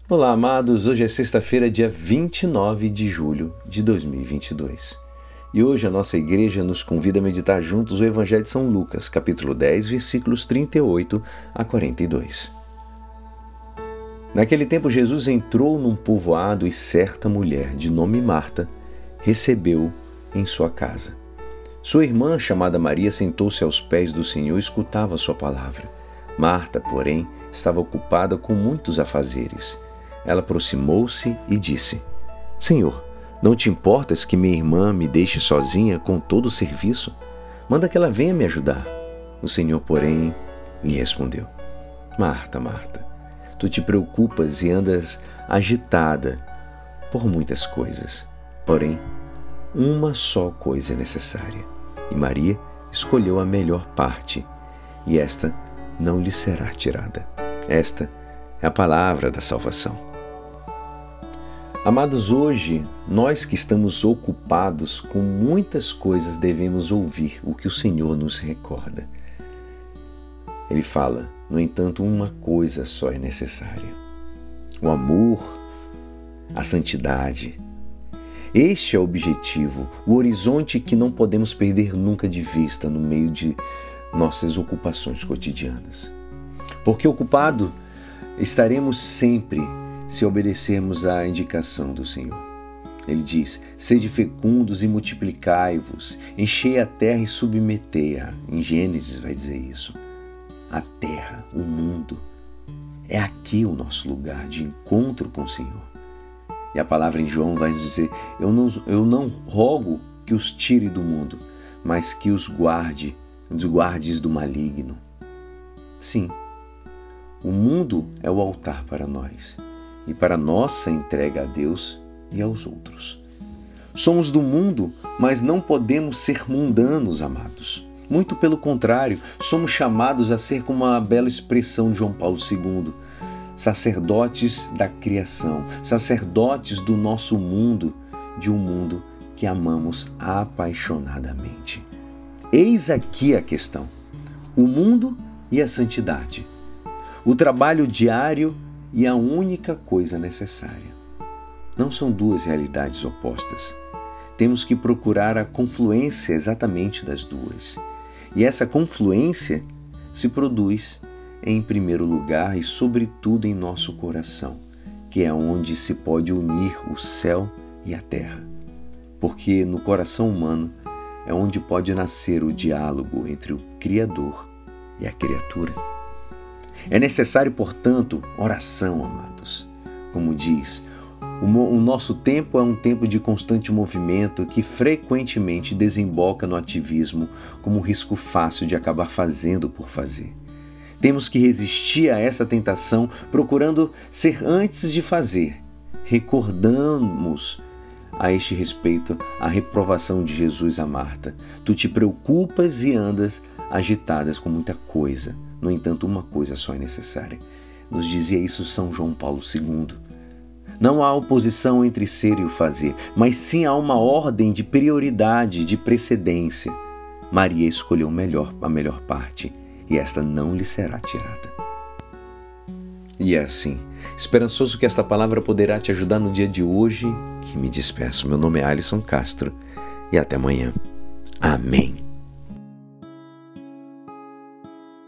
Olá, amados. Hoje é sexta-feira, dia 29 de julho de 2022. E hoje a nossa igreja nos convida a meditar juntos o Evangelho de São Lucas, capítulo 10, versículos 38 a 42. Naquele tempo, Jesus entrou num povoado e certa mulher, de nome Marta, recebeu-o em sua casa. Sua irmã, chamada Maria, sentou-se aos pés do Senhor e escutava a sua palavra. Marta, porém, estava ocupada com muitos afazeres. Ela aproximou-se e disse: Senhor, não te importas que minha irmã me deixe sozinha com todo o serviço? Manda que ela venha me ajudar. O Senhor, porém, lhe respondeu: Marta, Marta, tu te preocupas e andas agitada por muitas coisas. Porém, uma só coisa é necessária. E Maria escolheu a melhor parte, e esta não lhe será tirada. Esta é a palavra da salvação. Amados, hoje, nós que estamos ocupados com muitas coisas devemos ouvir o que o Senhor nos recorda. Ele fala, no entanto, uma coisa só é necessária: o amor, a santidade. Este é o objetivo, o horizonte que não podemos perder nunca de vista no meio de nossas ocupações cotidianas. Porque ocupado estaremos sempre se obedecermos à indicação do Senhor. Ele diz: sede fecundos e multiplicai-vos, enchei a terra e submetei-a. Em Gênesis vai dizer isso. A terra, o mundo, é aqui o nosso lugar de encontro com o Senhor. E a palavra em João vai dizer: eu não rogo que os tire do mundo, mas que os guardes do maligno. Sim, o mundo é o altar para nós e para nossa entrega a Deus e aos outros. Somos do mundo, mas não podemos ser mundanos, amados. Muito pelo contrário, somos chamados a ser, como uma bela expressão de João Paulo II, sacerdotes da criação, sacerdotes do nosso mundo, de um mundo que amamos apaixonadamente. Eis aqui a questão: o mundo e a santidade, o trabalho diário e a única coisa necessária. Não são duas realidades opostas. Temos que procurar a confluência exatamente das duas. E essa confluência se produz, em primeiro lugar e sobretudo, em nosso coração, que é onde se pode unir o céu e a terra. Porque no coração humano é onde pode nascer o diálogo entre o Criador e a criatura. É necessário, portanto, oração, amados. Como diz, o nosso tempo é um tempo de constante movimento que frequentemente desemboca no ativismo como um risco fácil de acabar fazendo por fazer. Temos que resistir a essa tentação procurando ser antes de fazer. Recordamos a este respeito a reprovação de Jesus a Marta: tu te preocupas e andas agitadas com muita coisa. No entanto, uma coisa só é necessária. Nos dizia isso São João Paulo II. Não há oposição entre ser e o fazer, mas sim há uma ordem de prioridade, de precedência. Maria escolheu a melhor parte, e esta não lhe será tirada. E é assim, esperançoso que esta palavra poderá te ajudar no dia de hoje, que me despeço. Meu nome é Alisson Castro e até amanhã. Amém.